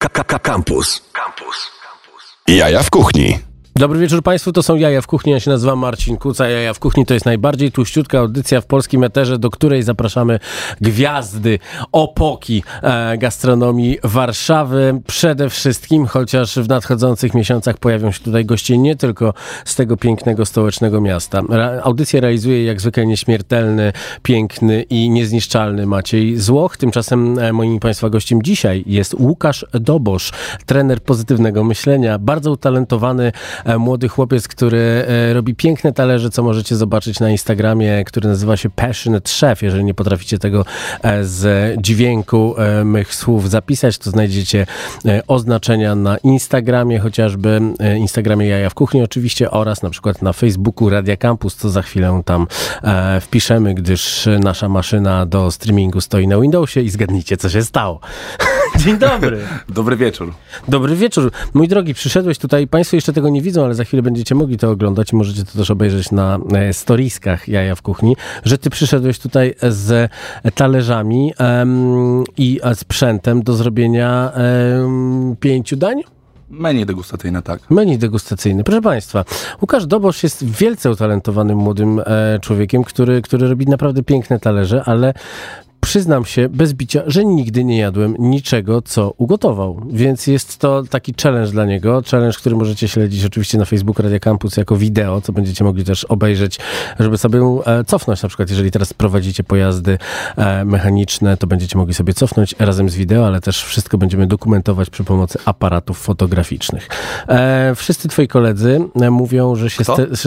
Campus. Jaja w kuchni. Dobry wieczór Państwu, to są Jaja w kuchni, ja się nazywam Marcin Kuca. Jaja w kuchni to jest najbardziej tłuściutka audycja w polskim eterze, do której zapraszamy gwiazdy, opoki gastronomii Warszawy. Przede wszystkim, chociaż w nadchodzących miesiącach pojawią się tutaj goście nie tylko z tego pięknego, stołecznego miasta. Audycję realizuje jak zwykle nieśmiertelny, piękny i niezniszczalny Maciej Złoch. Tymczasem moim Państwa gościem dzisiaj jest Łukasz Dobosz, trener pozytywnego myślenia, bardzo utalentowany młody chłopiec, który robi piękne talerze, co możecie zobaczyć na Instagramie, który nazywa się Passionate Chef. Jeżeli nie potraficie tego z dźwięku mych słów zapisać, to znajdziecie oznaczenia na Instagramie, chociażby Instagramie Jaja w kuchni oczywiście, oraz na przykład na Facebooku Radia Campus, co za chwilę tam wpiszemy, gdyż nasza maszyna do streamingu stoi na Windowsie i zgadnijcie, co się stało. Dzień dobry. Dobry wieczór. Dobry wieczór. Mój drogi, przyszedłeś tutaj, Państwo jeszcze tego nie widzą, ale za chwilę będziecie mogli to oglądać i możecie to też obejrzeć na storieskach Jaja w kuchni, że ty przyszedłeś tutaj z talerzami i sprzętem do zrobienia 5 dań? Menu degustacyjne, tak. Menu degustacyjne. Proszę Państwa, Łukasz Dobosz jest wielce utalentowanym młodym człowiekiem, który robi naprawdę piękne talerze, ale przyznam się bez bicia, że nigdy nie jadłem niczego, co ugotował. Więc jest to taki challenge dla niego. Challenge, który możecie śledzić oczywiście na Facebooku Radia Campus jako wideo, co będziecie mogli też obejrzeć, żeby sobie cofnąć. Na przykład, jeżeli teraz prowadzicie pojazdy mechaniczne, to będziecie mogli sobie cofnąć razem z wideo, ale też wszystko będziemy dokumentować przy pomocy aparatów fotograficznych. Wszyscy twoi koledzy mówią, że się,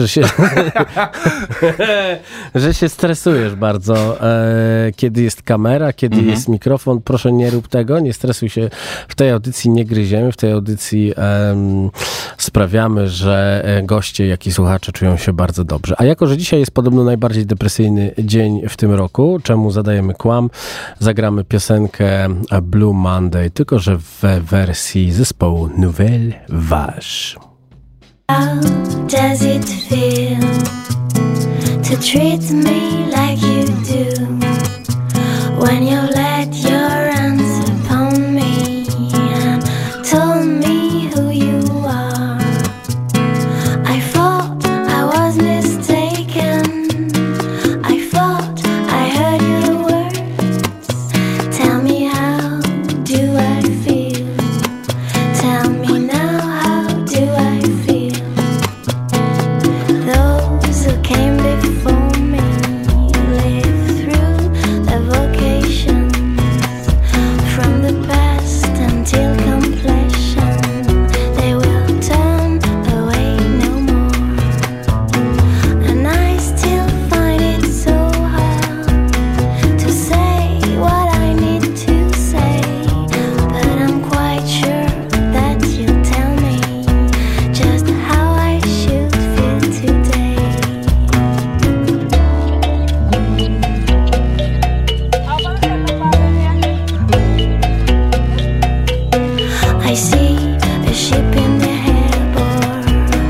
że się stresujesz bardzo, kiedy jest kamera, kiedy jest mikrofon. Proszę, nie rób tego, nie stresuj się. W tej audycji nie gryziemy, w tej audycji sprawiamy, że goście, jak i słuchacze czują się bardzo dobrze. A jako, że dzisiaj jest podobno najbardziej depresyjny dzień w tym roku, czemu zadajemy kłam, zagramy piosenkę Blue Monday, tylko że w wersji zespołu Nouvelle Vague. How does it feel to treat me like you do? When you let your hands upon me and told me who you are, I thought I was mistaken. I thought I heard your words. Tell me, how do I feel? Tell me now, how do I feel? Those who came before me lived through the vocation from the past until completion. They will turn away no more, and I still find it so hard to say what I need to say, but I'm quite sure that you'll tell me just how I should feel today. I see a ship in the harbor.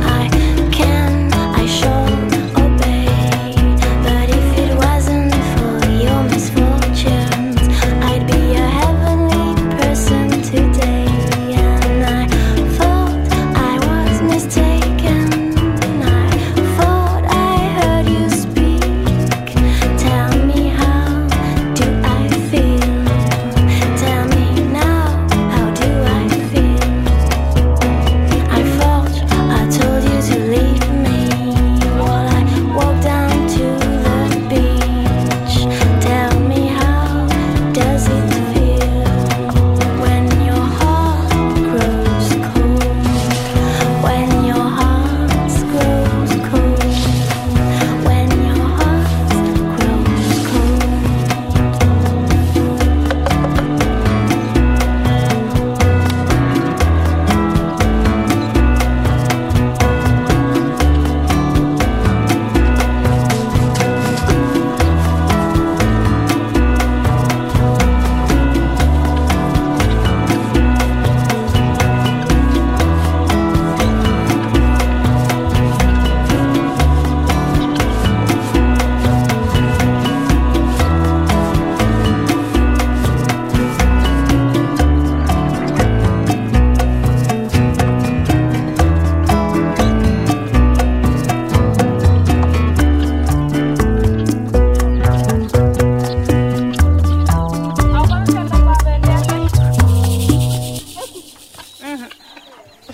I should obey. But if it wasn't for your misfortunes, I'd be a heavenly person today. And I thought I was mistaken. I thought I heard you speak. Tell me, how do I feel? Tell me now, how do I feel?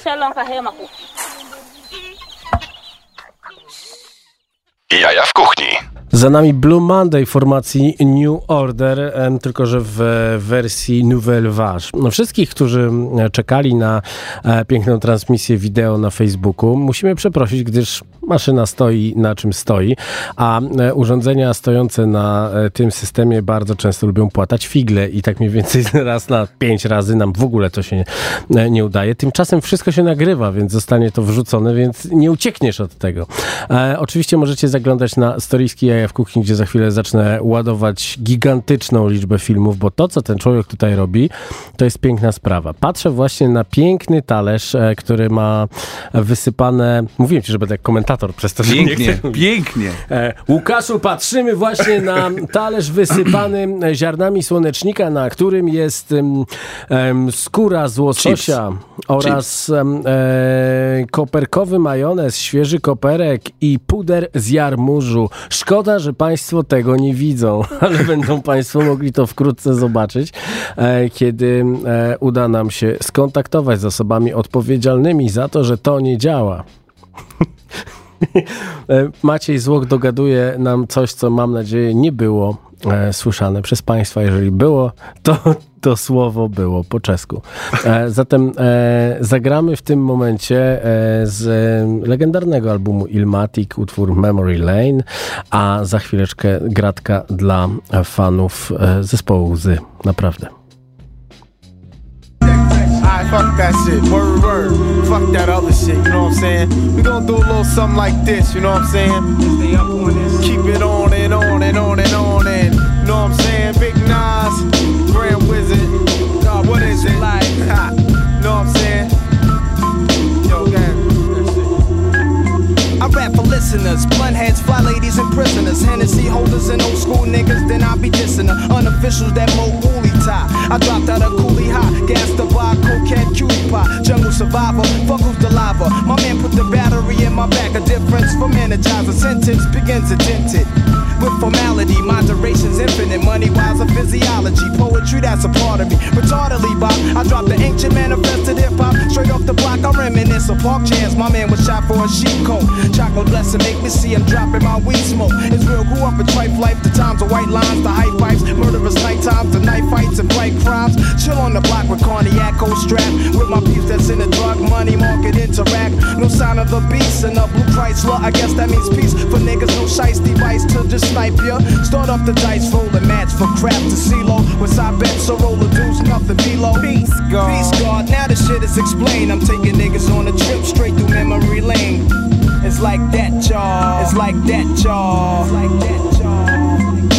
Jaja w kuchni. Za nami Blue Monday formacji New Order, tylko że w wersji Nouvelle Vache. No, wszystkich, którzy czekali na piękną transmisję wideo na Facebooku, musimy przeprosić, gdyż maszyna stoi na czym stoi, a urządzenia stojące na tym systemie bardzo często lubią płatać figle i tak mniej więcej raz na 5 razy nam w ogóle to się nie udaje. Tymczasem wszystko się nagrywa, więc zostanie to wrzucone, więc nie uciekniesz od tego. Oczywiście możecie zaglądać na storyjski Jaja w kuchni, gdzie za chwilę zacznę ładować gigantyczną liczbę filmów, bo to, co ten człowiek tutaj robi, to jest piękna sprawa. Patrzę właśnie na piękny talerz, który ma wysypane... Mówiłem ci, że będę jak komentator przez to, że Pięknie, nie chcę... pięknie. Łukaszu, patrzymy właśnie na talerz wysypany ziarnami słonecznika, na którym jest skóra z łososia oraz koperkowy majonez, świeży koperek i puder z jarmużu. Szkoda, że Państwo tego nie widzą, ale będą Państwo mogli to wkrótce zobaczyć, kiedy uda nam się skontaktować z osobami odpowiedzialnymi za to, że to nie działa. Maciej Złoch dogaduje nam coś, co mam nadzieję nie było słyszane przez Państwa. Jeżeli było, to słowo było po czesku. Zatem zagramy w tym momencie z legendarnego albumu Illmatic utwór Memory Lane, a za chwileczkę gratka dla fanów zespołu Łzy. Naprawdę. Fuck that shit, word, word. Fuck that other shit, you know what I'm saying? We gonna do a little something like this, you know what I'm saying? Keep it on and on and on and on and, you know what I'm saying? Big Nas, Grand Wizard, God, what is it like? Ha, you know what I'm saying? Yo, gang. I rap for listeners, blunt heads, fly ladies and prisoners, Hennessy holders and old school niggas, then I be dissing her. Unofficials that mo woolly tie. I dropped out of coolie high, gassed the bar, cocaine, cutie pie, jungle survivor, fuck who's the lava. My man put the battery in my back, a difference from energizer. Sentence begins dented with formality, moderation's infinite. Money wise of physiology, poetry that's a part of me. Retardedly bop, I dropped the ancient manifested hip hop straight off the block. I reminisce of park chairs. My man was shot for a sheep coat. Chocolate blessing make me see him dropping my weed smoke. It's real, grew up in trife life. The times of white lines, the high pipes, murderous night times, the night fights and bright crimes. Chill on the block with cognac, cold strap. With my peeps that's in the drug money market interact. No sign of the beast in a blue Chrysler. I guess that means peace for niggas. No shice device to just snipe ya. Start up the dice, roll the match for crap to CeeLo. With I bet so roll the deuce, nothing below. Peace God. Peace God. Now the shit is explained. I'm taking niggas on a trip straight through memory lane. It's like that, y'all. It's like that, y'all. It's like that, y'all.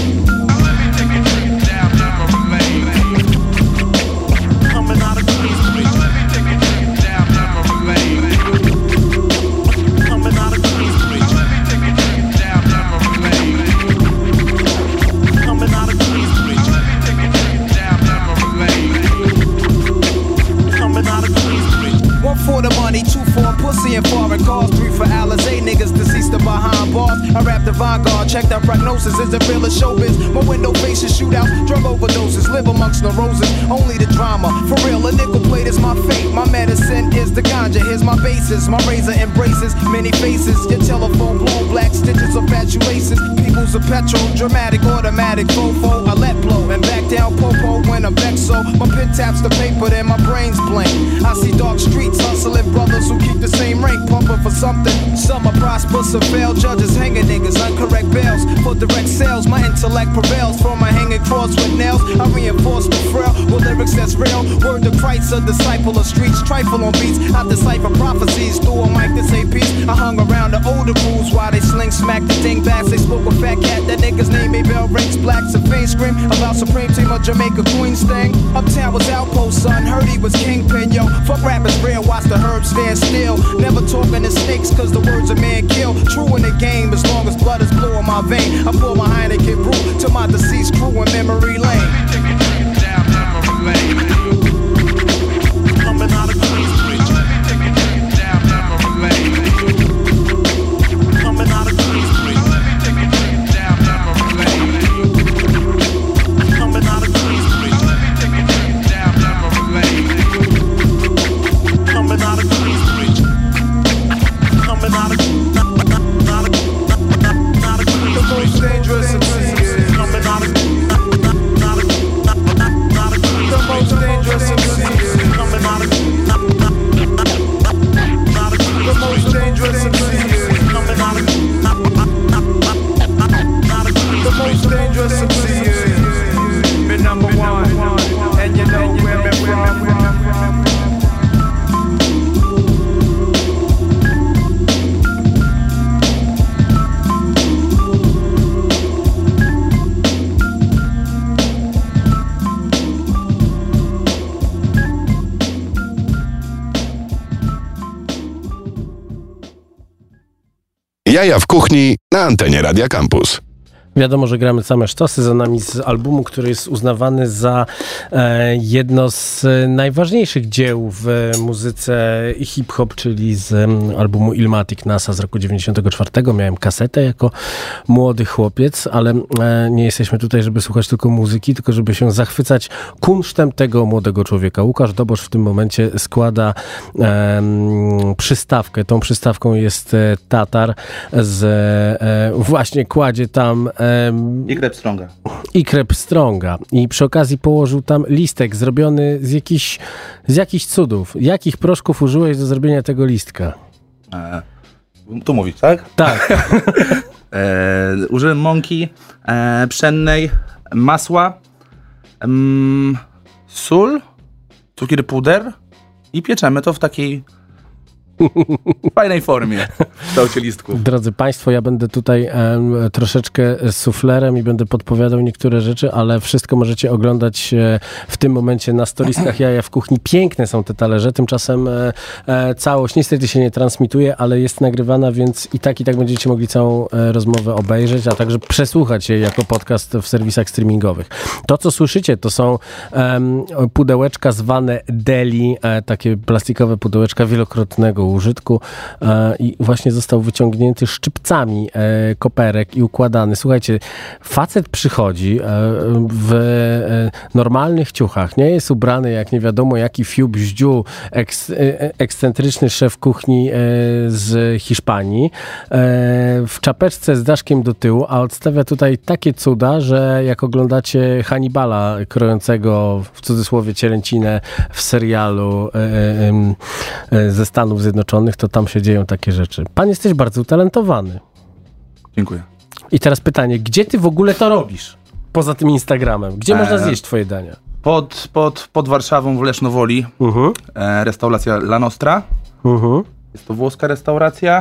For the money, 2 for pussy and foreign cars, 3 for Alizé niggas deceased and behind bars. I rap the vanguard, check that prognosis. Is it real or showbiz? My window faces shootouts, drug overdoses, live amongst the roses. Only the drama, for real. A nickel plate is my fate. My medicine is the ganja. Here's my basis. My razor embraces many faces. Your telephone blown black stitches of fatuaces. People's a petrol, dramatic, automatic, fofo. I let blow and back down popo when I'm vexed. So my pen taps the paper, then my brain's blank. I see dark streets, hustling brothers who keep the same rank, pumping for something. Some are prosper, some fail. Judges hanging niggas, incorrect bails. For direct sales, my intellect prevails. From my hanging cross with nails, I reinforce the frail with lyrics that's real. Word to Christ, a disciple of streets. Trifle on beats, I decipher prophecies through a mic to say peace. I hung around the older crews while they sling smack the dingbats. They spoke a fat cat, that nigga's name made bell rings. Blacks and fiends scream about supreme team of Jamaica Queens thing. Uptown was outpost, son, heard he was kingpin, yo. Fuck rappers real, watch the herbs stand still. Never talking to snakes, cause the words a man kill. True in the game, as long as blood is blue in my vein. I pour my Heineken brew to my deceased crew in memory lane. Down memory lane. Coming out of Queensbridge. Down memory lane. Coming out of Queensbridge. Down memory lane. Coming out of Queensbridge. Down memory lane. Coming out of Queensbridge. Jaja w kuchni na antenie Radia Campus. Wiadomo, że gramy same sztosy, za nami z albumu, który jest uznawany za jedno z najważniejszych dzieł w muzyce hip-hop, czyli z albumu Illmatic NASA z roku 94. Miałem kasetę jako młody chłopiec, ale nie jesteśmy tutaj, żeby słuchać tylko muzyki, tylko żeby się zachwycać kunsztem tego młodego człowieka. Łukasz Dobosz w tym momencie składa przystawkę. Tą przystawką jest Tatar właśnie kładzie tam I krep Stronga. I przy okazji położył tam listek zrobiony z jakichś cudów. Jakich proszków użyłeś do zrobienia tego listka? Tu mówisz, tak? Tak. Użyłem mąki pszennej, masła, sól, cukier puder i pieczemy to w takiej fajnej formie w kształcie listków. Drodzy Państwo, ja będę tutaj troszeczkę suflerem i będę podpowiadał niektóre rzeczy, ale wszystko możecie oglądać w tym momencie na storiskach Jaja w kuchni. Piękne są te talerze, tymczasem całość niestety się nie transmituje, ale jest nagrywana, więc i tak będziecie mogli całą rozmowę obejrzeć, a także przesłuchać je jako podcast w serwisach streamingowych. To, co słyszycie, to są pudełeczka zwane deli, takie plastikowe pudełeczka wielokrotnego użytku i właśnie został wyciągnięty szczypcami koperek i układany. Słuchajcie, facet przychodzi w normalnych ciuchach, nie jest ubrany jak nie wiadomo jaki fiu bździu, ekscentryczny szef kuchni z Hiszpanii, w czapeczce z daszkiem do tyłu, a odstawia tutaj takie cuda, że jak oglądacie Hannibala krojącego w cudzysłowie cielęcinę w serialu ze Stanów Zjednoczonych, to tam się dzieją takie rzeczy. Pan jesteś bardzo utalentowany. Dziękuję. I teraz pytanie, gdzie ty w ogóle to robisz? Poza tym Instagramem. Gdzie można zjeść twoje dania? Pod Warszawą w Lesznowoli restauracja La Nostra. Jest to włoska restauracja,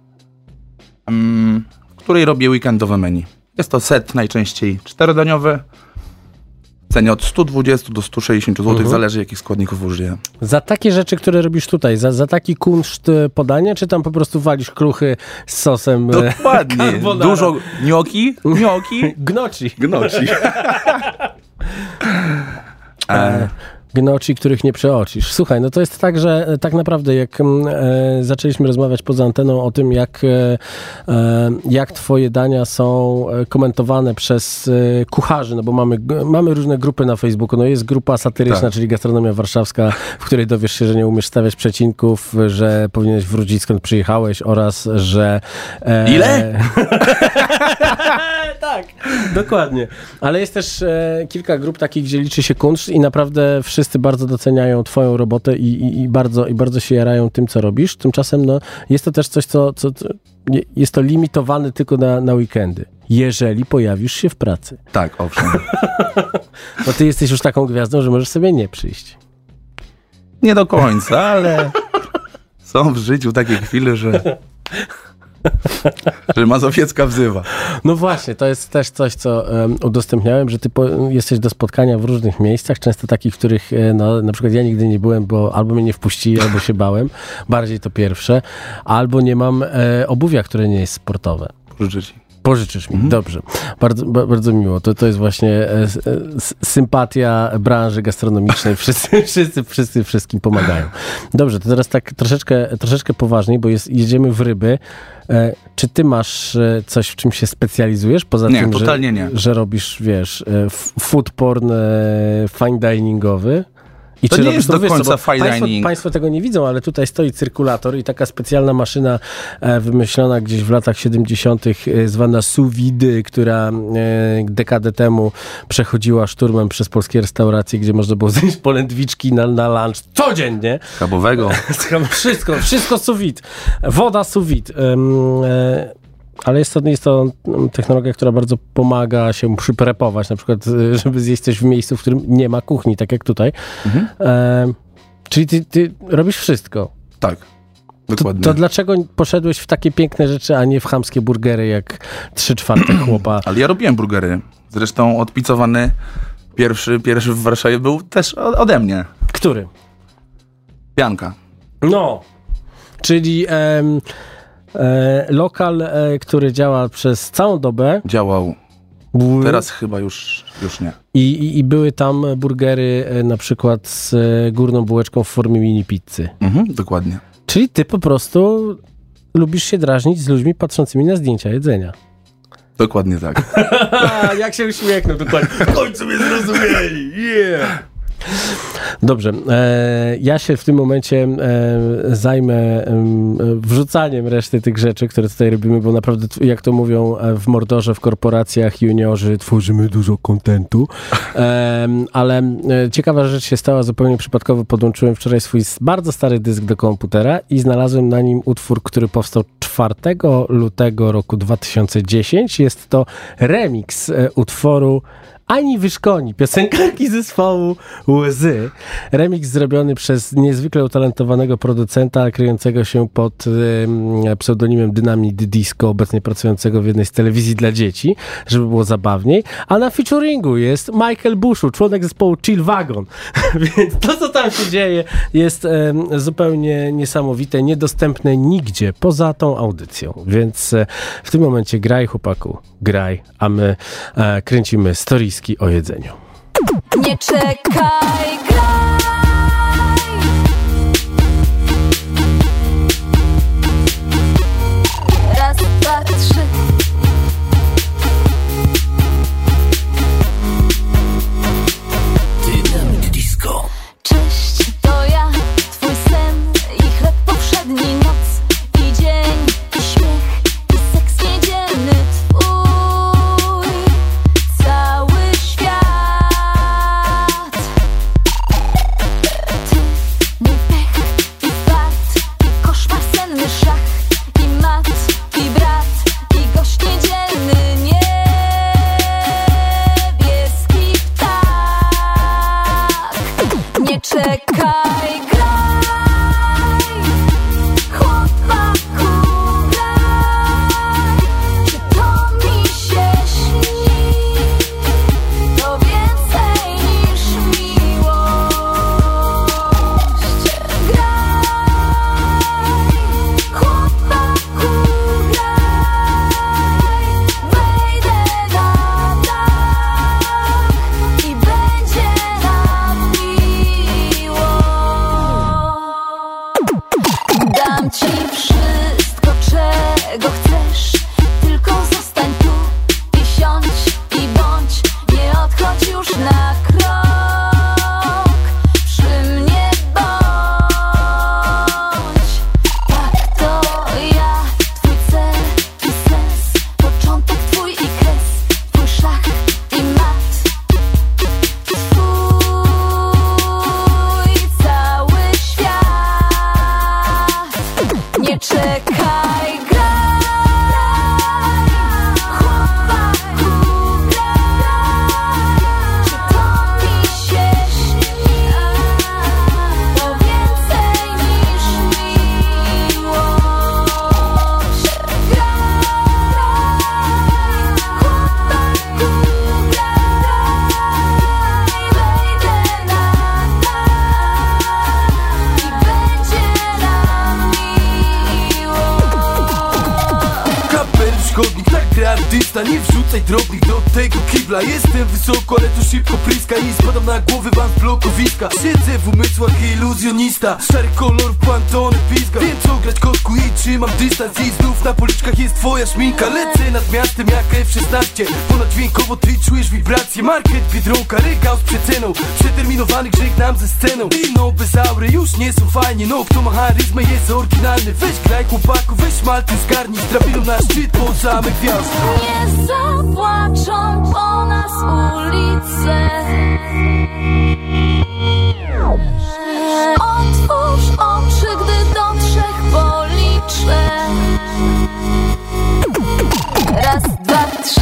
w której robię weekendowe menu. Jest to set najczęściej 4-daniowy. Cenie od 120 do 160 zł, zależy jakich składników użyję. Za takie rzeczy, które robisz tutaj, za taki kunszt podania, czy tam po prostu walisz kruchy z sosem? Dokładnie. Dużo gnocchi. Gnocchi. Gnocchi, których nie przeoczysz. Słuchaj, no to jest tak, że tak naprawdę jak zaczęliśmy rozmawiać poza anteną o tym, jak twoje dania są komentowane przez kucharzy, no bo mamy różne grupy na Facebooku. No jest grupa satyryczna, tak, czyli Gastronomia Warszawska, w której dowiesz się, że nie umiesz stawiać przecinków, że powinieneś wrócić skąd przyjechałeś oraz, że... Ile? Tak, dokładnie. Ale jest też kilka grup takich, gdzie liczy się kunszt i naprawdę wszyscy bardzo doceniają twoją robotę i bardzo się jarają tym, co robisz. Tymczasem no, jest to też coś, co jest to limitowane tylko na weekendy. Jeżeli pojawisz się w pracy. Tak, owszem. Bo ty jesteś już taką gwiazdą, że możesz sobie nie przyjść. Nie do końca, ale są w życiu takie chwile, że Mazowiecka wzywa. No właśnie, to jest też coś, co udostępniałem, że ty jesteś do spotkania w różnych miejscach, często takich, w których na przykład ja nigdy nie byłem, bo albo mnie nie wpuścili, albo się bałem, bardziej to pierwsze, albo nie mam obuwia, które nie jest sportowe. Pożyczysz mi, dobrze. Bardzo, bardzo miło. To jest właśnie sympatia branży gastronomicznej. Wszyscy wszystkim pomagają. Dobrze, to teraz tak troszeczkę poważniej, bo jedziemy w ryby. Czy ty masz coś, w czym się specjalizujesz? Poza tym, totalnie że robisz, wiesz, food porn fine diningowy? I to czy nie jest do końca fine dining. Państwo tego nie widzą, ale tutaj stoi cyrkulator i taka specjalna maszyna wymyślona gdzieś w latach 70. zwana sous vide, która dekadę temu przechodziła szturmem przez polskie restauracje, gdzie można było zjeść polędwiczki na lunch codziennie. Schabowego. Wszystko sous vide. Woda sous vide. Ale jest to technologia, która bardzo pomaga się przyprepować, na przykład, żeby zjeść coś w miejscu, w którym nie ma kuchni, tak jak tutaj. Czyli ty robisz wszystko. Tak, dokładnie. To dlaczego poszedłeś w takie piękne rzeczy, a nie w chamskie burgery, jak 3/4 chłopa? Ale ja robiłem burgery. Zresztą odpicowany pierwszy w Warszawie był też ode mnie. Który? Pianka. No, czyli... Lokal, który działa przez całą dobę. Działał. Teraz chyba już nie. I były tam burgery na przykład z górną bułeczką w formie mini pizzy. Dokładnie. Czyli ty po prostu lubisz się drażnić z ludźmi patrzącymi na zdjęcia jedzenia. Dokładnie tak. Jak się uśmiechnął tutaj. W końcu mnie zrozumieli. Yeah! Dobrze, ja się w tym momencie zajmę wrzucaniem reszty tych rzeczy, które tutaj robimy, bo naprawdę, jak to mówią w Mordorze, w korporacjach, juniorzy, tworzymy dużo kontentu, ale ciekawa rzecz się stała zupełnie przypadkowo. Podłączyłem wczoraj swój bardzo stary dysk do komputera i znalazłem na nim utwór, który powstał 4 lutego roku 2010. Jest to remix utworu Ani Wyszkoni, piosenkarki zespołu Łzy. Remix zrobiony przez niezwykle utalentowanego producenta, kryjącego się pod pseudonimem Dynamit Disco, obecnie pracującego w jednej z telewizji dla dzieci, żeby było zabawniej. A na featuringu jest Michael Bushu, członek zespołu Chill Wagon. Więc to, co tam się dzieje, jest zupełnie niesamowite, niedostępne nigdzie poza tą audycją. Więc w tym momencie graj, chłopaku, graj, a my kręcimy storieski o jedzeniu. Nie czekaj, graj! Raz, dwa, trzy. Dynamit Disco. Cześć, to ja, twój sen i chleb powszedni, noc i dzień, i śmiech, i seks niedzielny twój, cały świat. Ty, mój pech i fart, i koszmar senny, szach i mat, i brat, i gość niedzielny, niebieski ptak. Nie czekaj, graj, chłopaku, graj. Czy to mi się śni? To więcej niż miłość. Graj, chłopaku, graj. Wejdę na dach i będzie nam miło. Dam ci wszystko, czego chcesz, tylko zostań tu i siądź i bądź, nie odchodź już na krok, przy mnie bądź. Tak, to ja, twój cel i sens, początek twój i kres, twój szach i mat, twój cały świat. Nie czekaj, graj, chłopaku, graj. Czy to mi się śni? To więcej niż miłość. Graj, chłopaku, graj. Wejdę na dach i będzie nam miło. Kapelusz, chodnik, tak gra artysta. Nie wrzucaj drobnych do tego kibla. Jestem wysoko, ale to szybko pryska i spadam na głowę wam z blokowiska. Siedzę w umysłach iluzjonista. Szary kolor w pantone pizga. Wiem co grać, kotku, i trzymam dystans. I znów na policzkach jest twoja szminka. Lecę nad miastem jak F-16. Ponadźwiękowo ty czujesz wibracje. Market, Biedronka, regał z przeceną. Przeterminowanych żegnam ze sceną. I no bez aury już nie są fajnie. No kto ma charyzmę jest oryginalny. Weź graj, chłopaku, weź malty, zgarnij z drabiną na szczyt po samych gwiazd. Nie zapłaczą po nas ulice. Otwórz oczy, gdy do 3 policzę. Raz, dwa, trzy.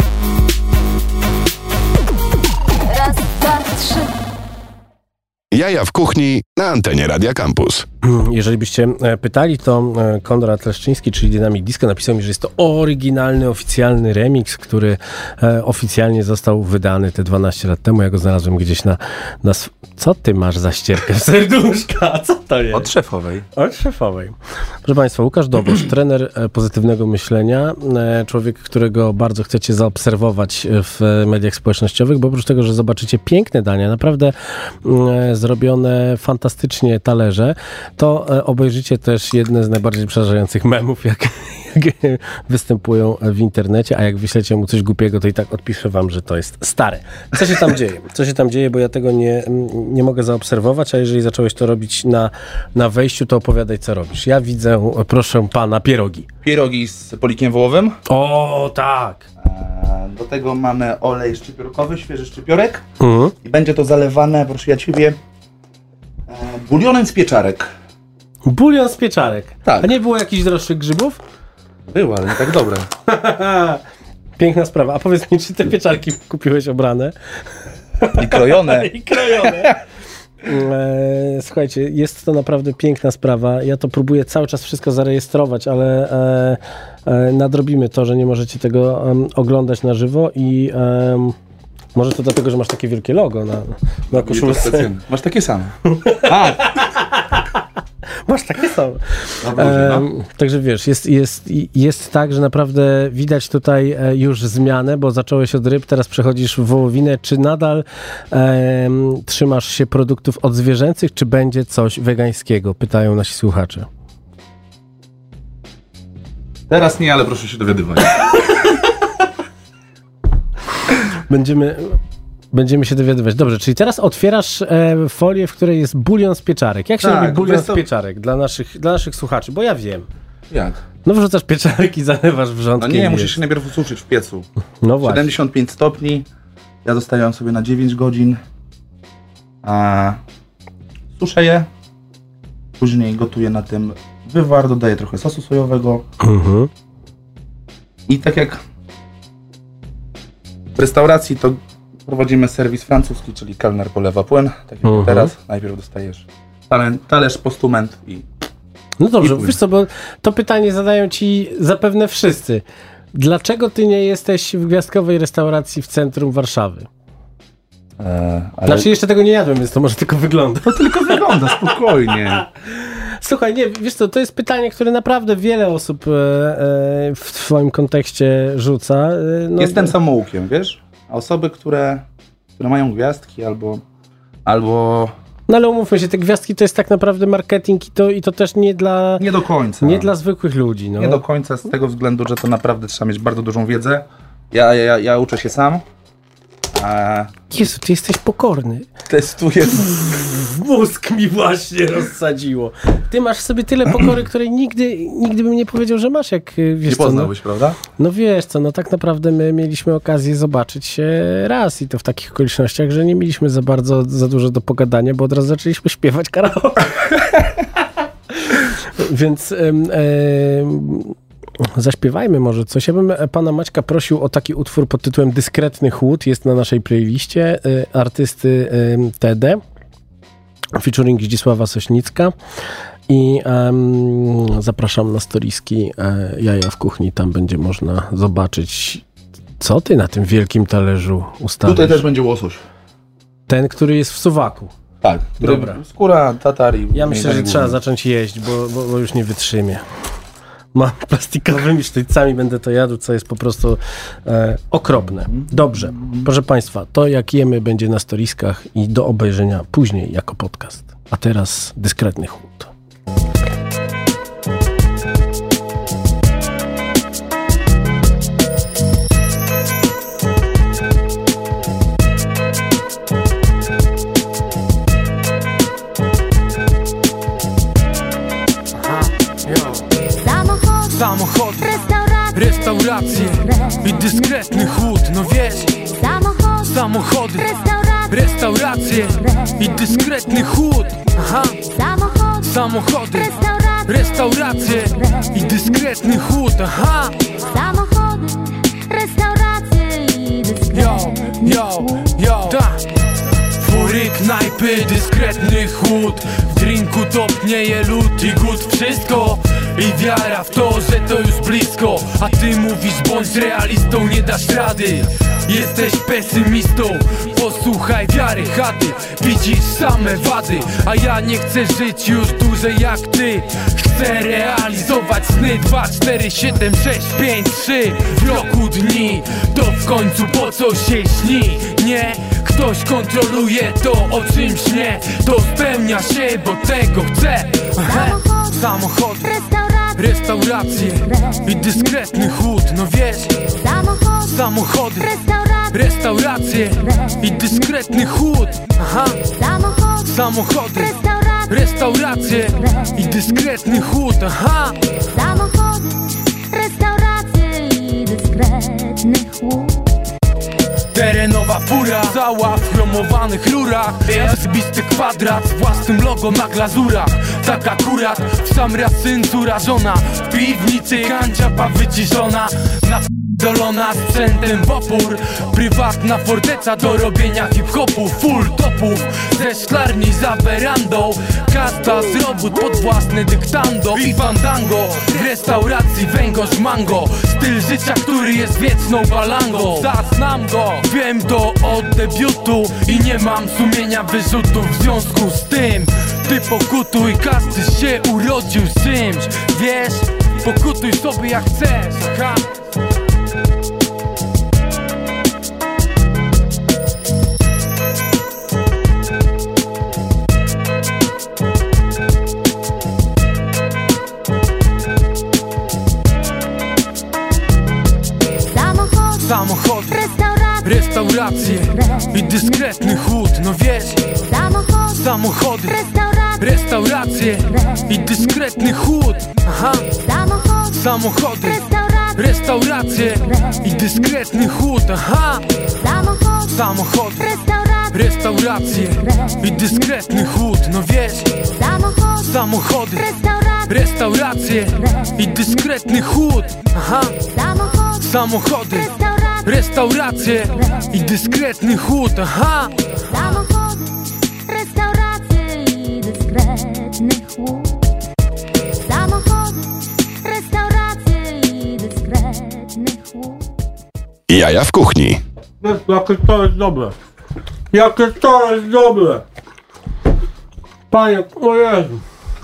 Raz, dwa, trzy. Jaja Jaja w kuchni na antenie Radia Campus. Jeżeli byście pytali, to Konrad Leszczyński, czyli Dynamic Disco, napisał mi, że jest to oryginalny, oficjalny remix, który oficjalnie został wydany te 12 lat temu. Ja go znalazłem gdzieś na... Co ty masz za ścierkę serduszka? Co to jest? Od szefowej. Od szefowej. Proszę Państwa, Łukasz Dobosz, trener pozytywnego myślenia, człowiek, którego bardzo chcecie zaobserwować w mediach społecznościowych, bo oprócz tego, że zobaczycie piękne dania, naprawdę zrobione fantastycznie talerze, to obejrzycie też jedne z najbardziej przerażających memów, jak występują w internecie, a jak wyślecie mu coś głupiego, to i tak odpiszę wam, że to jest stare. Co się tam dzieje? Co się tam dzieje, bo ja tego nie mogę zaobserwować, a jeżeli zacząłeś to robić na wejściu, to opowiadaj, co robisz. Ja widzę, proszę pana, pierogi. Pierogi z polikiem wołowym. O, tak! Do tego mamy olej szczypiorkowy, świeży szczypiorek. I będzie to zalewane, proszę ja ciebie, bulionem z pieczarek. Bulion z pieczarek. Tak. A nie było jakichś droższych grzybów? Było, ale nie tak dobre. Piękna sprawa. A powiedz mi, czy te pieczarki kupiłeś obrane? I krojone. I krojone. Słuchajcie, jest to naprawdę piękna sprawa. Ja to próbuję cały czas wszystko zarejestrować, ale nadrobimy to, że nie możecie tego oglądać na żywo i może to dlatego, że masz takie wielkie logo na koszulce. Masz takie same. Masz takie same. No. Także wiesz, jest tak, że naprawdę widać tutaj już zmianę, bo zacząłeś od ryb, teraz przechodzisz w wołowinę. Czy nadal trzymasz się produktów odzwierzęcych, czy będzie coś wegańskiego? Pytają nasi słuchacze. Teraz nie, ale proszę się dowiadywać. Będziemy się dowiadywać. Dobrze, czyli teraz otwierasz folię, w której jest bulion z pieczarek. Jak się robi bulion z pieczarek dla naszych słuchaczy? Bo ja wiem. Jak? No wrzucasz pieczarek i zalewasz wrzątkiem. No nie, musisz się najpierw ususzyć w piecu. No właśnie. 75 stopni. Ja zostawiam sobie na 9 godzin. Suszę je. Później gotuję na tym wywar, dodaję trochę sosu sojowego. I tak jak w restauracji, to prowadzimy serwis francuski, czyli kelner polewa płyn. Tak jak teraz. Najpierw dostajesz talerz, postument i... No dobrze, wiesz co, bo to pytanie zadają ci zapewne wszyscy. Dlaczego ty nie jesteś w gwiazdkowej restauracji w centrum Warszawy? Ale... Znaczy jeszcze tego nie jadłem, więc to może tylko wygląda. To tylko wygląda, spokojnie. Słuchaj, nie, wiesz co, to jest pytanie, które naprawdę wiele osób w twoim kontekście rzuca. Jestem samoukiem, wiesz? A osoby, które mają gwiazdki albo... No ale umówmy się, te gwiazdki to jest tak naprawdę marketing i to też nie dla... Nie do końca. Nie dla zwykłych ludzi, no. Nie do końca z tego względu, że to naprawdę trzeba mieć bardzo dużą wiedzę. Ja uczę się sam. Jezu, ty jesteś pokorny. Testuję. Mózg mi właśnie rozsadziło. Ty masz w sobie tyle pokory, której nigdy bym nie powiedział, że masz, jak wiesz. Nie poznałbyś, prawda? No wiesz co, no tak naprawdę my mieliśmy okazję zobaczyć się raz i to w takich okolicznościach, że nie mieliśmy za dużo do pogadania, bo od razu zaczęliśmy śpiewać karaoke. Więc zaśpiewajmy może coś. Ja bym pana Maćka prosił o taki utwór pod tytułem Dyskretny chłód. Jest na naszej playliście artysty TD featuring Zdzisława Sośnicka i zapraszam na storiski Jaja w kuchni. Tam będzie można zobaczyć, co ty na tym wielkim talerzu ustawisz. Tutaj też będzie łosoś. Ten, który jest w suwaku. Tak. Dobra. Skóra, tatar i... Ja myślę, że trzeba zacząć jeść, bo już nie wytrzymię. Mam plastikowymi sztycami, będę to jadł, co jest po prostu okropne. Dobrze, proszę Państwa, to jak jemy będzie na storiskach i do obejrzenia później jako podcast. A teraz dyskretny chłód. Samochody, restauracje i dyskretny chłód, no wiesz. Samochody, restauracje i dyskretny chłód. Aha. Samochody, restauracje i dyskretny chłód. Aha. Samochody, restauracje i dyskretny Yo, tak. Furyk knajpy, dyskretny chłód. W drinku topnieje lód i głód, wszystko. I wiara w to, że to już blisko. A ty mówisz, bądź realistą, nie dasz rady. Jesteś pesymistą, posłuchaj wiary chaty. Widzisz same wady, a ja nie chcę żyć już dłużej jak ty. Chcę realizować sny 2, 4, 7, 6, 5, 3 w roku dni. To w końcu po co się śni, nie? Ktoś kontroluje to, o czym śnie. To spełnia się, bo tego chcę. Samochody, restauracje i dyskretny chłód, no wiesz. Samochody, restauracje i dyskretny chłód. Aha. Samochody, restauracje i dyskretny chłód. Aha. Samochody, restauracje i dyskretny chłód. Terenowa fura, cała w chromowanych rurach. Zbisty kwadrat z własnym logo na glazurach. Tak akurat w sam raz cenzura żona. W piwnicy kanciapa wyciszona, dolona sprzętem w opór. Prywatna forteca do robienia hip-hopu. Full topów ze szklarni za werandą. Kasta z robót pod własne dyktando. I fandango w restauracji węgorz mango. Styl życia, który jest wieczną balangą. Znam go, wiem to od debiutu. I nie mam sumienia wyrzutów w związku z tym. Ty pokutuj, każdy się urodził z czymś. Wiesz, pokutuj sobie jak chcesz. Ha. Samochody, restauracje i dyskretny chłód, no wiesz. Samochody, restauracje i dyskretny chłód. Aha. Samochody, restauracje i dyskretny chłód. Aha. Samochody, restauracje i dyskretny chłód, no wiesz. Samochody, restauracje i dyskretny chłód. Aha. Samochody, restauracje i dyskretny chłód. Aha. Samochody, restauracje i dyskretny chłód. Samochody, restauracje i dyskretny chłód. Jaja w kuchni. Jakie to jest dobre. Jakie to jest dobre. Panie, o Jezu.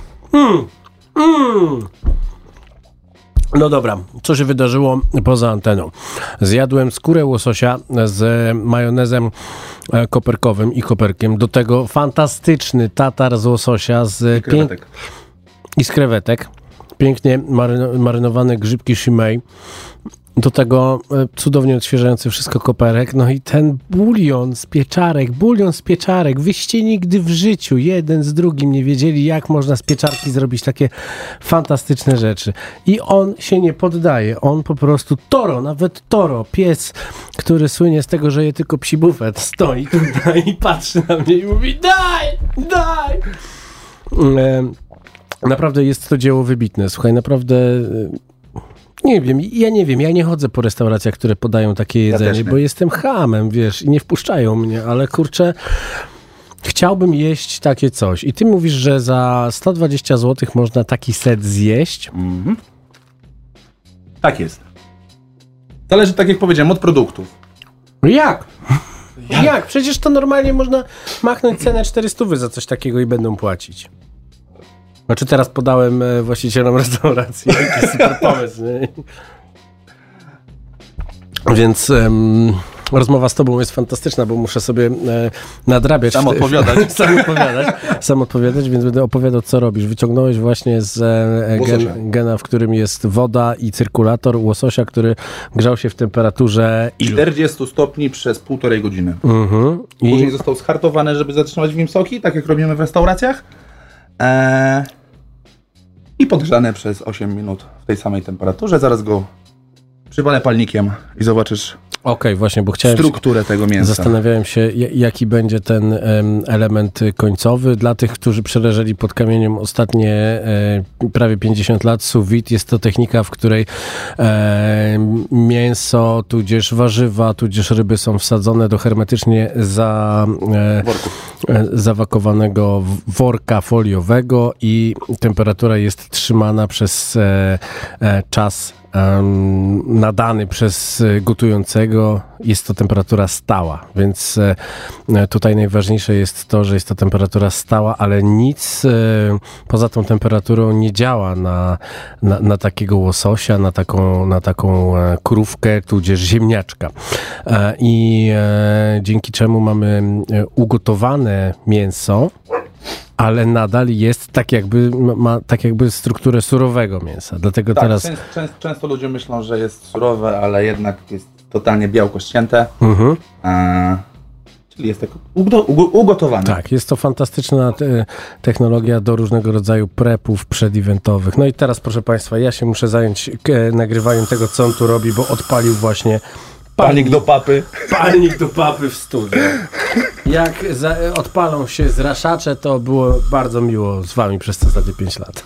No dobra, co się wydarzyło poza anteną? Zjadłem skórę łososia z majonezem koperkowym i koperkiem. Do tego fantastyczny tatar z łososia z i z krewetek. Pięknie marynowane grzybki shimei. Do tego cudownie odświeżający wszystko koperek. No i ten bulion z pieczarek. Wyście nigdy w życiu jeden z drugim nie wiedzieli, jak można z pieczarki zrobić takie fantastyczne rzeczy. I on się nie poddaje. On po prostu nawet Toro, pies, który słynie z tego, że je tylko psi bufet, stoi tutaj i patrzy na mnie i mówi: daj! Naprawdę jest to dzieło wybitne. Słuchaj, naprawdę... Ja nie chodzę po restauracjach, które podają takie jedzenie, bo jestem chamem, wiesz, i nie wpuszczają mnie, ale kurczę, chciałbym jeść takie coś. I ty mówisz, że za 120 zł można taki set zjeść? Mhm. Tak jest. Zależy, tak jak powiedziałem, od produktów. Jak? Przecież to normalnie można machnąć cenę 400 za coś takiego i będą płacić. Znaczy teraz podałem właścicielom restauracji jaki super pomysł, nie? Więc rozmowa z tobą jest fantastyczna, bo muszę sobie nadrabiać. Sam odpowiadać, więc będę opowiadał, co robisz. Wyciągnąłeś właśnie z gena, w którym jest woda i cyrkulator łososia, który grzał się w temperaturze 40 stopni przez 1,5 godziny. Później został schartowany, żeby zatrzymać w nim soki, tak jak robimy w restauracjach. I podgrzane przez 8 minut w tej samej temperaturze. Zaraz go Przypalę palnikiem i zobaczysz Okej, właśnie, bo chciałem... strukturę tego mięsa. Zastanawiałem się, jaki będzie ten element końcowy. Dla tych, którzy przeleżeli pod kamieniem ostatnie prawie 50 lat, sous vide jest to technika, w której mięso, tudzież warzywa, tudzież ryby są wsadzone do hermetycznie zawakowanego worka foliowego i temperatura jest trzymana przez czas nadany przez gotującego. Jest to temperatura stała, więc tutaj najważniejsze jest to, że jest to temperatura stała, ale nic poza tą temperaturą nie działa na takiego łososia, na taką krówkę, tudzież ziemniaczka. I dzięki czemu mamy ugotowane mięso, ale nadal jest ma strukturę surowego mięsa. Dlatego tak, teraz... Często ludzie myślą, że jest surowe, ale jednak jest totalnie białko ścięte. Czyli jest tak ugotowane. Tak, jest to fantastyczna technologia do różnego rodzaju prepów przedeventowych. No i teraz, proszę Państwa, ja się muszę zająć nagrywaniem tego, co on tu robi, bo odpalił właśnie Palnik do papy. Palnik do papy w studiu. Jak odpalą się zraszacze, to było bardzo miło z wami przez ostatnie 5 lat.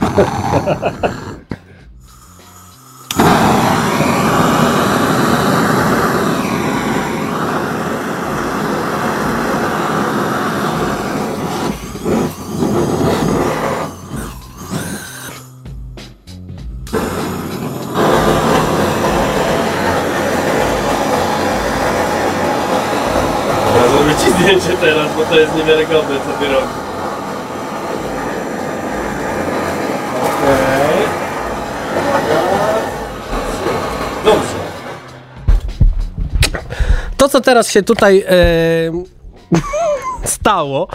Zdjęcie teraz, bo to jest niewiarygodne, co ty robisz. Okej. Dobrze. To, co teraz się tutaj stało,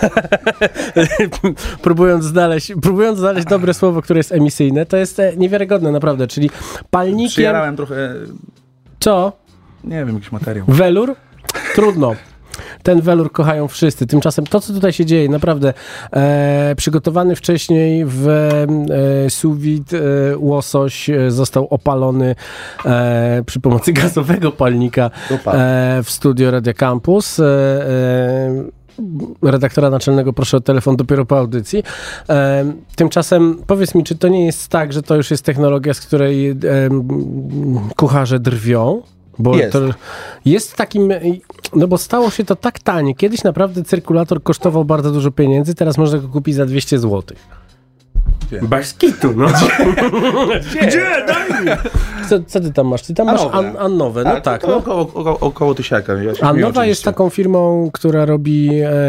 próbując znaleźć dobre słowo, które jest emisyjne, to jest niewiarygodne, naprawdę, czyli palnikiem... Przyjarałem trochę... Co? Nie wiem, jakiś materiał. Welur? Trudno. Ten welur kochają wszyscy. Tymczasem to, co tutaj się dzieje, naprawdę przygotowany wcześniej w sous vide łosoś został opalony przy pomocy gazowego palnika w studio Radia Campus. Redaktora naczelnego proszę o telefon dopiero po audycji. Tymczasem powiedz mi, czy to nie jest tak, że to już jest technologia, z której kucharze drwią? Bo jest. To jest takim, no bo stało się to tak tanie. Kiedyś naprawdę cyrkulator kosztował bardzo dużo pieniędzy, teraz można go kupić za 200 zł. Bez kitu, no. Gdzie? Daj mi! Co ty tam masz? Ty tam masz Annowe, no tak. No. Około tysiaka. Annowa jest taką firmą, która robi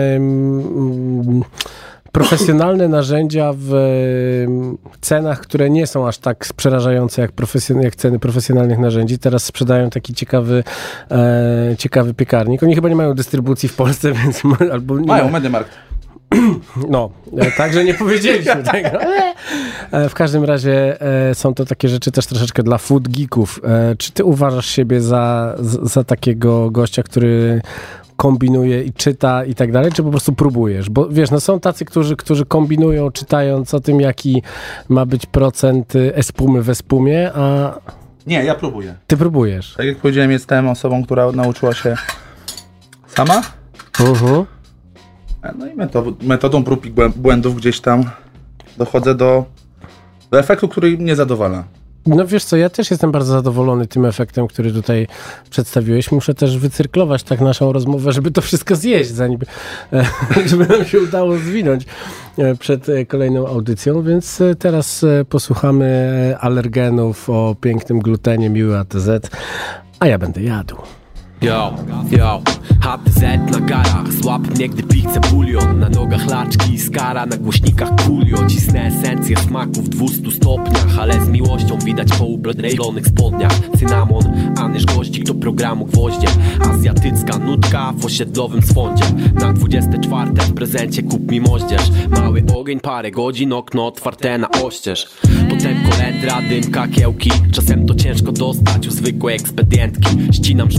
profesjonalne narzędzia w cenach, które nie są aż tak przerażające jak ceny profesjonalnych narzędzi. Teraz sprzedają taki ciekawy piekarnik. Oni chyba nie mają dystrybucji w Polsce, więc albo nie mają Mediamarkt. No, także nie powiedzieliśmy tego. W każdym razie są to takie rzeczy też troszeczkę dla food geeków. Czy ty uważasz siebie za takiego gościa, który kombinuje i czyta i tak dalej, czy po prostu próbujesz? Bo wiesz, no są tacy, którzy kombinują, czytając o tym, jaki ma być procent espumy w espumie, a... Nie, ja próbuję. Ty próbujesz. Tak jak powiedziałem, jestem osobą, która nauczyła się sama. No i metodą prób i błędów gdzieś tam dochodzę do efektu, który mnie zadowala. No wiesz co, ja też jestem bardzo zadowolony tym efektem, który tutaj przedstawiłeś. Muszę też wycyrklować tak naszą rozmowę, żeby to wszystko zjeść, żeby nam się udało zwinąć przed kolejną audycją, więc teraz posłuchamy alergenów o pięknym glutenie, miły ATZ, a ja będę jadł. Yo, HTZ na garach, złap mnie, gdy pichcę bulion. Na nogach laczki i skara, na głośnikach kulio. Cisnę esencję smaku w 200 stopniach, ale z miłością widać po ublonych spodniach. Cynamon, anyż gościk do programu gwoździe. Azjatycka nutka w osiedlowym swądzie. Na 24 w prezencie kup mi moździerz. Mały ogień, parę godzin, okno otwarte na oścież. Potem kolendra, dymka, kiełki. Czasem to ciężko dostać u zwykłej ekspedientki. Ścinam szponder,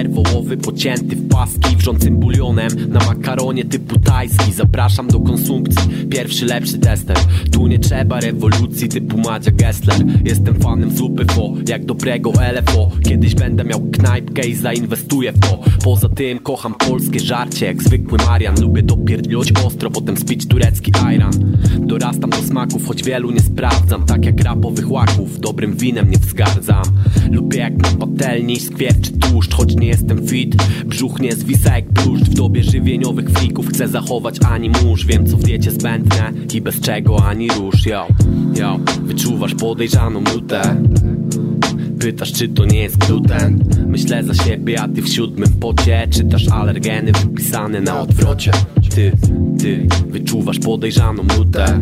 ser wołowy pocięty w paski, wrzącym bulionem na makaronie typu tajski. Zapraszam do konsumpcji, pierwszy lepszy tester. Tu nie trzeba rewolucji typu Madzia Gessler. Jestem fanem zupy fo, jak dobrego LFO. Kiedyś będę miał knajpkę i zainwestuję w to. Poza tym kocham polskie żarcie jak zwykły Marian. Lubię dopierdlić ostro, potem spić turecki ajran. Dorastam do smaków, choć wielu nie sprawdzam. Tak jak rapowych łaków, dobrym winem nie wzgardzam. Lubię jak na patelni skwierczy tłuszcz, choć nie jestem fit. Brzuch nie zwisa jak bluszcz. W dobie żywieniowych frików chcę zachować ani mórz. Wiem co w diecie zbędne i bez czego ani róż. Yo, wyczuwasz podejrzaną nutę. Pytasz czy to nie jest gluten. Myślę za siebie, a ty w 7. pocie czytasz alergeny wypisane na odwrocie. Ty wyczuwasz podejrzaną nutę.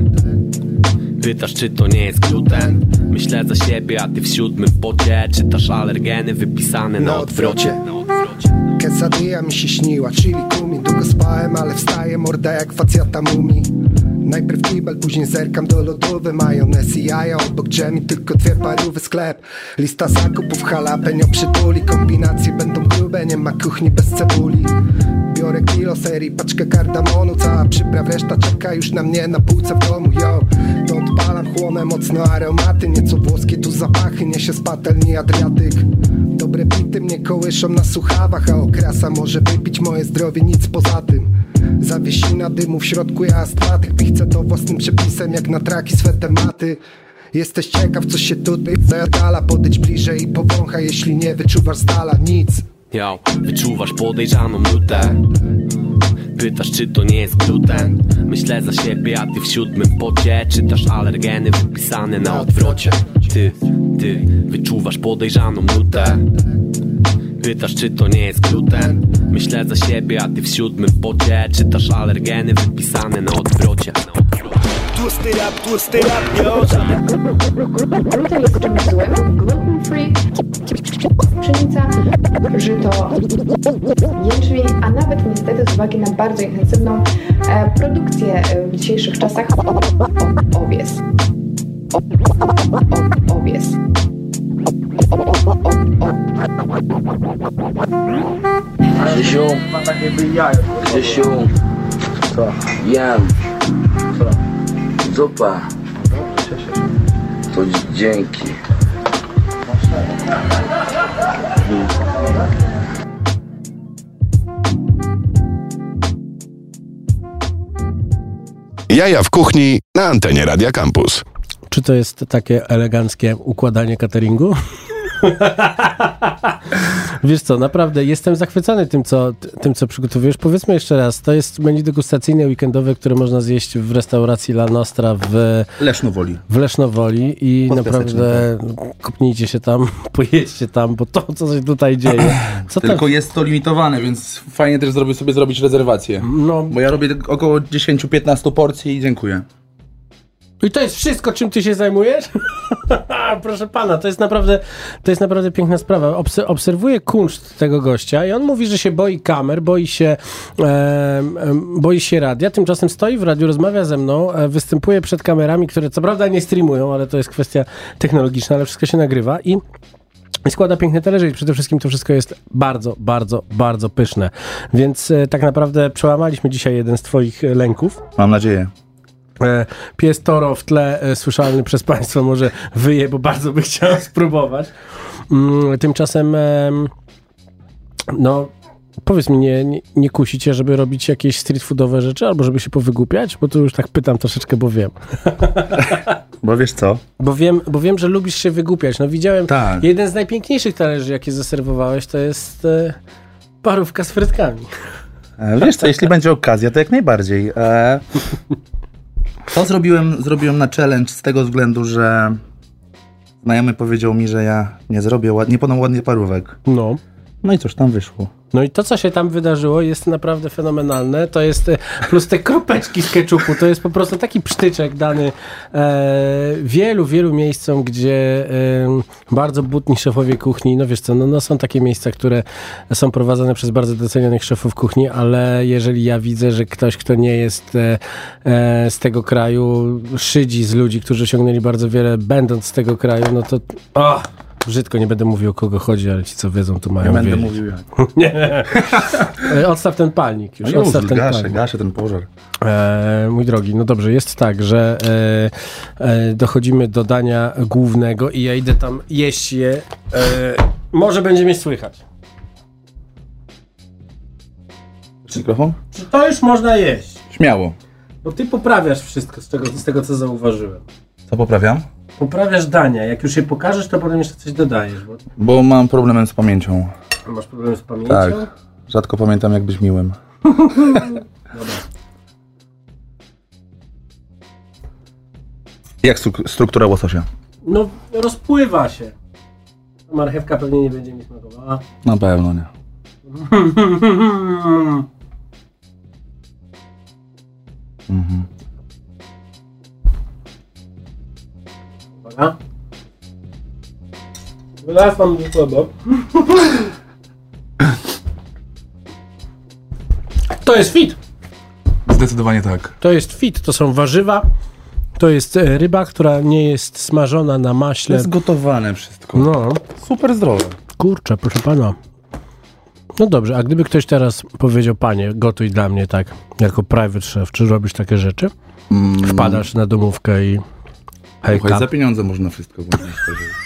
Pytasz czy to nie jest gluten. Myślę za siebie, a ty w 7. pocie czytasz alergeny wypisane na odwrocie. Quesadilla mi się śniła, chili kumi. Długo spałem, ale wstaję, morda jak facjata mumii. Najpierw kibel, później zerkam do lodówy. Majonez i jaja, obok dżemi tylko 2 parówy sklep. Lista zakupów, jalapeno przytuli. Kombinacje będą grube, nie ma kuchni bez cebuli. Biorę kilo serii, paczkę kardamonu. Cała przypraw, reszta czeka już na mnie na półce w domu. Yo, to odpalam, chłonę mocno aromaty. Nieco włoskie tu zapachy, niesie z patelni Adriatyk. Dobre bity mnie kołyszą na słuchawach, a okrasa może wypić moje zdrowie, nic poza tym. Zawiesina dymu w środku, ja astmatyk. Pichcę to własnym przepisem, jak na traki swe tematy. Jesteś ciekaw, co się tutaj zadala. Podejdź bliżej i powąchaj, jeśli nie wyczuwasz z dala nic. Yo, wyczuwasz podejrzaną nutę. Pytasz czy to nie jest gluten. Myślę za siebie, a ty w 7. pocie czytasz alergeny wypisane na odwrocie. Ty wyczuwasz podejrzaną nutę. Pytasz czy to nie jest gluten. Myślę za siebie, a ty w 7. pocie czytasz alergeny wypisane na odwrocie. Twisty rap, yo. Gluten jest czymś złym. Gluten free, pszenica, żyto, jęczmień, a nawet niestety z uwagi na bardzo intensywną produkcję w dzisiejszych czasach owies. Owies. Grzesiu, jem, zupa, to dzięki. Jaja w kuchni na antenie Radia Campus. Czy to jest takie eleganckie układanie cateringu? Wiesz co, naprawdę jestem zachwycony tym, co przygotowujesz. Powiedzmy jeszcze raz, to jest menu degustacyjne weekendowe, które można zjeść w restauracji La Nostra w Lesznowoli i naprawdę kopnijcie się tam, pojedźcie tam, bo to, co się tutaj dzieje. Tylko jest to limitowane, więc fajnie też sobie zrobić rezerwację. No. Bo ja robię około 10-15 porcji i dziękuję. I to jest wszystko, czym ty się zajmujesz? Proszę pana, to jest naprawdę piękna sprawa. Obserwuję kunszt tego gościa i on mówi, że się boi kamer, boi się radia. Tymczasem stoi w radiu, rozmawia ze mną, występuje przed kamerami, które co prawda nie streamują, ale to jest kwestia technologiczna, ale wszystko się nagrywa i składa piękne talerze i przede wszystkim to wszystko jest bardzo, bardzo, bardzo pyszne. Więc tak naprawdę przełamaliśmy dzisiaj jeden z twoich lęków. Mam nadzieję. Pies Toro w tle, słyszalny przez państwa, może wyje, bo bardzo by chciał spróbować. Tymczasem no powiedz mi, nie kusi cię, żeby robić jakieś street foodowe rzeczy, albo żeby się powygłupiać? Bo tu już tak pytam troszeczkę, bo wiem. Bo wiesz co? Bo wiem, że lubisz się wygłupiać. No widziałem, jeden z najpiękniejszych talerzy, jakie zaserwowałeś, to jest parówka z frytkami. Wiesz co, jeśli będzie okazja, to jak najbardziej. To zrobiłem na challenge z tego względu, że znajomy powiedział mi, że ja nie podam ładnie parówek. No i cóż, tam wyszło. No i to, co się tam wydarzyło, jest naprawdę fenomenalne. To jest, plus te kropeczki z keczupu, to jest po prostu taki psztyczek dany wielu miejscom, gdzie bardzo butni szefowie kuchni, no wiesz co, no są takie miejsca, które są prowadzone przez bardzo docenionych szefów kuchni, ale jeżeli ja widzę, że ktoś, kto nie jest z tego kraju, szydzi z ludzi, którzy osiągnęli bardzo wiele, będąc z tego kraju, no to Brzydko, nie będę mówił, o kogo chodzi, ale ci, co wiedzą, to mają będę wiedzieć. mówił jak. Nie. Odstaw ten palnik już. Odstaw ten palnik. Gaszę ten pożar. Mój drogi, no dobrze, jest tak, że dochodzimy do dania głównego i ja idę tam jeść je. Może będzie mnie słychać. Mikrofon? Czy to już można jeść? Śmiało. Bo ty poprawiasz wszystko z tego, co zauważyłem. Co poprawiam? Poprawiasz dania. Jak już je pokażesz, to potem jeszcze coś dodajesz. Bo mam problem z pamięcią. Masz problem z pamięcią? Tak. Rzadko pamiętam, jak być miłym. Dobra. Jak struktura łososia? No, rozpływa się. Marchewka pewnie nie będzie mi smakowała. Na pewno nie. Mhm. Uwaga. Wylaz tam słabo. To jest fit. Zdecydowanie tak. To jest fit. To są warzywa. To jest ryba, która nie jest smażona na maśle. To jest gotowane wszystko. No. Super zdrowe. Kurczę, proszę pana. No dobrze, a gdyby ktoś teraz powiedział, panie, gotuj dla mnie tak, jako private chef, czy robisz takie rzeczy? Wpadasz na domówkę i hejka. Za pieniądze można wszystko włączyć.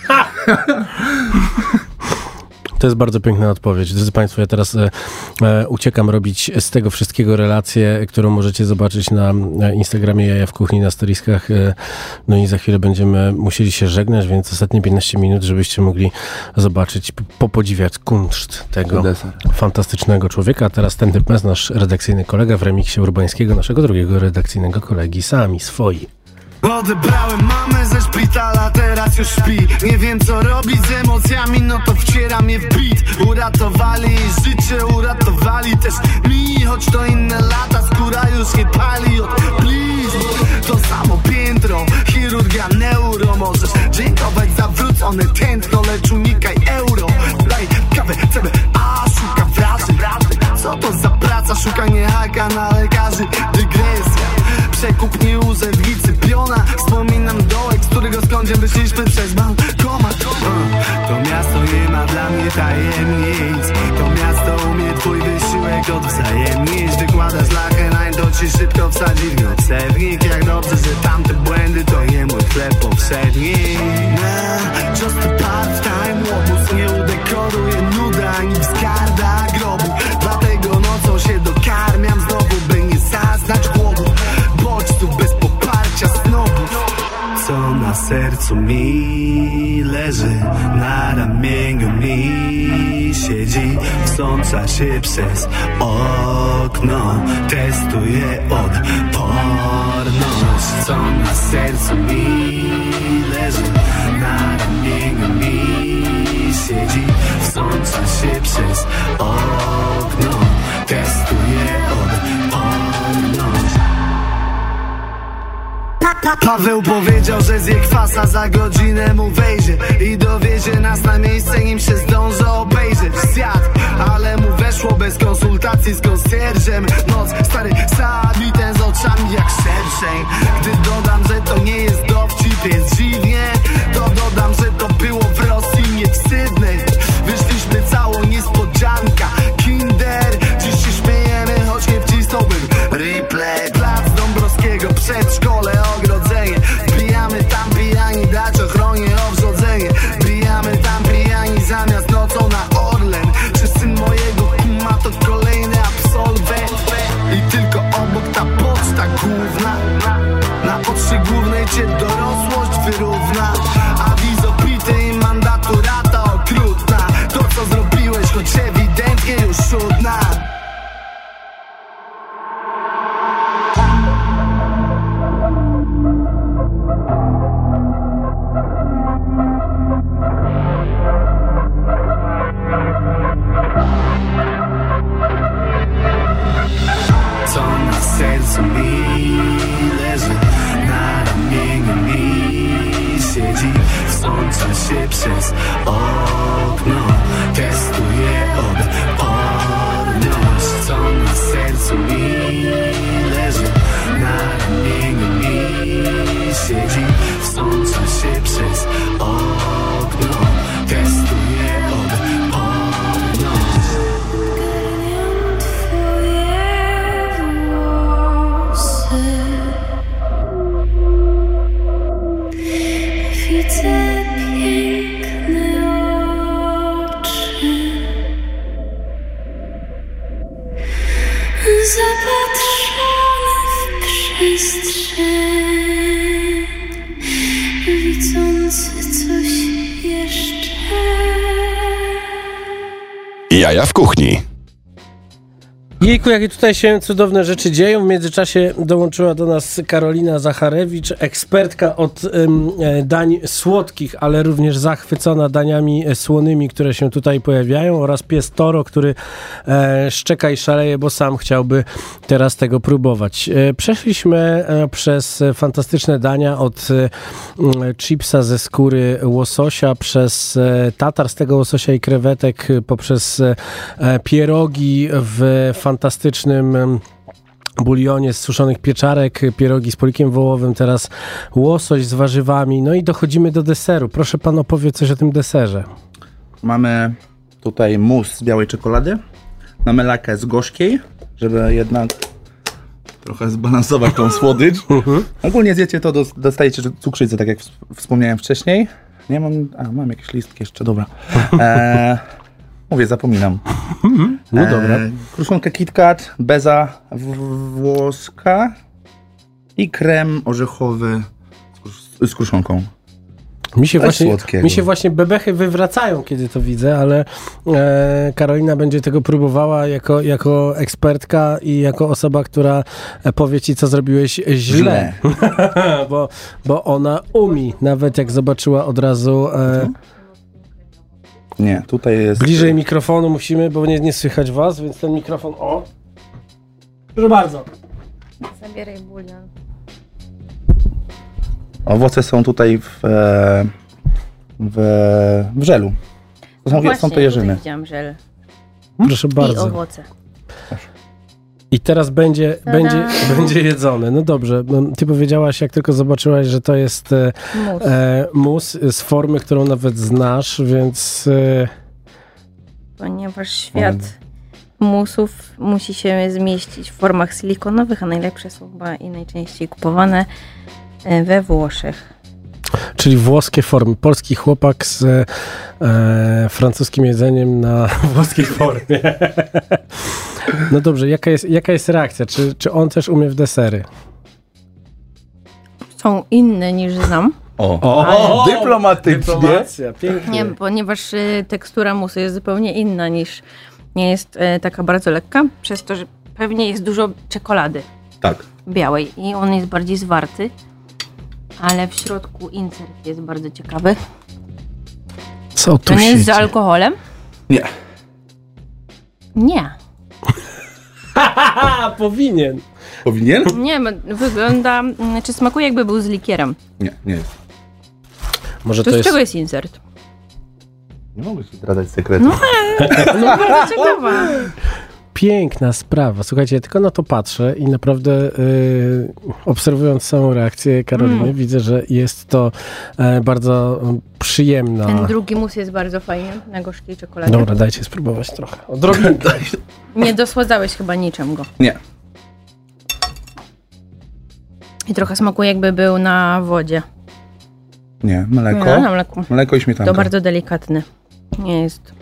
To jest bardzo piękna odpowiedź. Drodzy Państwo, ja teraz uciekam robić z tego wszystkiego relację, którą możecie zobaczyć na Instagramie Jaja w Kuchni, na storieskach. No i za chwilę będziemy musieli się żegnać, więc ostatnie 15 minut, żebyście mogli zobaczyć, popodziwiać kunszt tego fantastycznego człowieka. A teraz ten typ, nasz redakcyjny kolega w remiksie Urbańskiego, naszego drugiego redakcyjnego kolegi, sami swoi. Odebrałem mamę ze szpitala, teraz już śpi. Nie wiem co robić z emocjami, no to wcieram je w beat. Uratowali jej życie, uratowali też mi. Choć to inne lata, skóra już nie pali od blizn. To samo piętro, chirurgia neuro. Możesz dziękować za wrócone tętno, lecz unikaj euro. Daj kawę, CBA, szuka wrażeń. Co to za praca, szukanie haka na lekarzy. Dygresja, przekup nie urzędnicy piona. Wspominam dołek, z którego skądiem wyszliśmy przez bankomat. To miasto nie ma dla mnie tajemnic. To miasto umie twój wysiłek odwzajemnić. Wykładasz lachę nań, to ci szybko wsadzi w nocewnik. Jak dobrze, że tamte błędy to nie mój chleb powszedni. Just a part-time łobuz nie udekoruje nuda ani wzgarda grobu. Dlatego nocą się dokarmiam znowu, by nie zaznać głodu bodźców bez poparcia snobów. Co na sercu mi leży, na ramieniu mi siedzi, wsącza się przez okno, testuje odporność. Co na sercu mi leży, na ramieniu mi siedzi, wsącza się przez okno, testuje odporność. Paweł powiedział, że zje kwasa, za godzinę mu wejdzie i dowiezie nas na miejsce, nim się zdąży obejrzeć. Zjadł, ale mu weszło bez konsultacji z konsjerżem. Noc, stary sad i ten z oczami jak szerszeń. Gdy dodam, że to nie jest dowcip, jest dziwnie, to dodam, że to było w Rosji, nie w Sydney. Wyszliśmy całą niespodzianka, kinder. Dziś się śmiejemy, choć nie wcisnąłbym replay. Plac Dąbrowskiego, przedszkole, ogrodzenie. Bijamy tam pijani, dać ochronie obrzodzenie. Bijamy tam pijani zamiast nocą na Orlen. Czy syn mojego kuma to kolejny absolwent? I tylko obok ta poczta główna. Na poczcie głównej cię dorosłość wyrówna. Awiz opity i mandaturata okrutna. To co zrobiłeś, choć ewidentnie już szudna. Co na sercu mi leży, na ramieniu mi siedzi, wsącza się przez okno, testuje odporność. Co na sercu mi leży, na ramieniu mi siedzi, wsącza się przez okno, Jaja w kuchni. Jejku, jakie tutaj się cudowne rzeczy dzieją. W międzyczasie dołączyła do nas Karolina Zacharewicz, ekspertka od dań słodkich, ale również zachwycona daniami słonymi, które się tutaj pojawiają, oraz pies Toro, który szczeka i szaleje, bo sam chciałby teraz tego próbować. Przeszliśmy przez fantastyczne dania od chipsa ze skóry łososia, przez tatar z tego łososia i krewetek, poprzez pierogi w fantastycznym bulionie z suszonych pieczarek, pierogi z polikiem wołowym, teraz łosoś z warzywami, no i dochodzimy do deseru. Proszę pan, opowie coś o tym deserze. Mamy tutaj mus z białej czekolady, na melakę z gorzkiej, żeby jednak trochę zbalansować tą słodycz. Ogólnie zjecie to, dostajecie cukrzycę, tak jak wspomniałem wcześniej. Nie mam jakieś listki jeszcze, dobra. Mówię, zapominam. No dobra. Kruszonkę KitKat, beza włoska i krem orzechowy z kruszonką. Mi się właśnie bebechy wywracają, kiedy to widzę, ale Karolina będzie tego próbowała jako ekspertka i jako osoba, która powie ci, co zrobiłeś źle. bo ona umie, nawet jak zobaczyła od razu... Nie, tutaj jest... Bliżej mikrofonu musimy, bo nie słychać was, więc ten mikrofon... O! Proszę bardzo. Zabieraj bulion. Owoce są tutaj w żelu. Są to jeżyny. Widziałam żel. Proszę bardzo. I owoce. I teraz będzie jedzone. No dobrze, ty powiedziałaś, jak tylko zobaczyłaś, że to jest mus z formy, którą nawet znasz, więc... Ponieważ świat musów musi się zmieścić w formach silikonowych, a najlepsze są chyba i najczęściej kupowane we Włoszech. Czyli włoskie formy. Polski chłopak z francuskim jedzeniem na włoskiej formie. No dobrze, jaka jest reakcja? Czy on też umie w desery? Są inne niż znam. Dyplomatycznie. Dyplomacja, pięknie. Nie, ponieważ tekstura musu jest zupełnie inna niż, nie jest taka bardzo lekka, przez to, że pewnie jest dużo czekolady białej i on jest bardziej zwarty, ale w środku insert jest bardzo ciekawy. Co tu to nie się jest z dzieje? alkoholem? Nie. Nie. Powinien. Powinien? Nie, wygląda, czy smakuje jakby był z likierem. Nie jest. Może to z czego jest insert? Nie mogę ci zdradzać sekretu. No bardzo ciekawa. Piękna sprawa. Słuchajcie, ja tylko na to patrzę i naprawdę obserwując samą reakcję Karoliny, widzę, że jest to bardzo przyjemna. Ten drugi mus jest bardzo fajny, na gorzkiej czekoladzie. Dobra, dajcie spróbować trochę. Odrobinkę. Nie dosładzałeś chyba niczym go. Nie. I trochę smakuje jakby był na wodzie. Nie, mleko. Nie, na mleku. Mleko i śmietanka. To bardzo delikatny. Nie jest...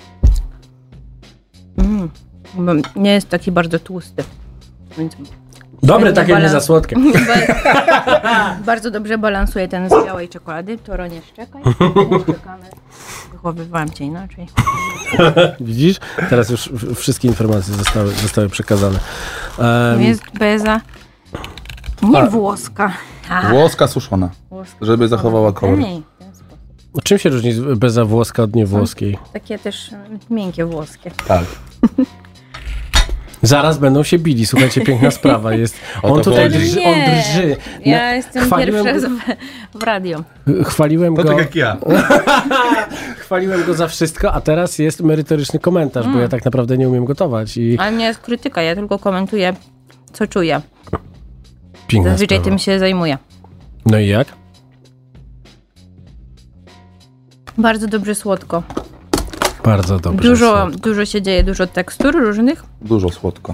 Nie jest taki bardzo tłusty. Więc dobre, takie nie za słodkie. Bardzo dobrze balansuje ten z białej czekolady. Toro, nie szczekaj. Czekamy. Wychowywałam cię inaczej. Widzisz? Teraz już wszystkie informacje zostały przekazane. Jest beza... Nie włoska. Włoska suszona. Żeby zachowała kolor. Czym się różni beza włoska od niewłoskiej? Takie też miękkie włoskie. Tak. Zaraz będą się bili. Słuchajcie, piękna sprawa jest. On tutaj drży. On drży. Ja jestem pierwsza w radio. Chwaliłem go. Tak jak ja. Chwaliłem go za wszystko, a teraz jest merytoryczny komentarz, bo ja tak naprawdę nie umiem gotować. Ale nie jest krytyka, ja tylko komentuję, co czuję. Piękna Zazwyczaj sprawa. tym się zajmuję. No i jak? Bardzo dobrze słodko. Bardzo dobrze. Dużo się dzieje, dużo tekstur różnych. Dużo słodko.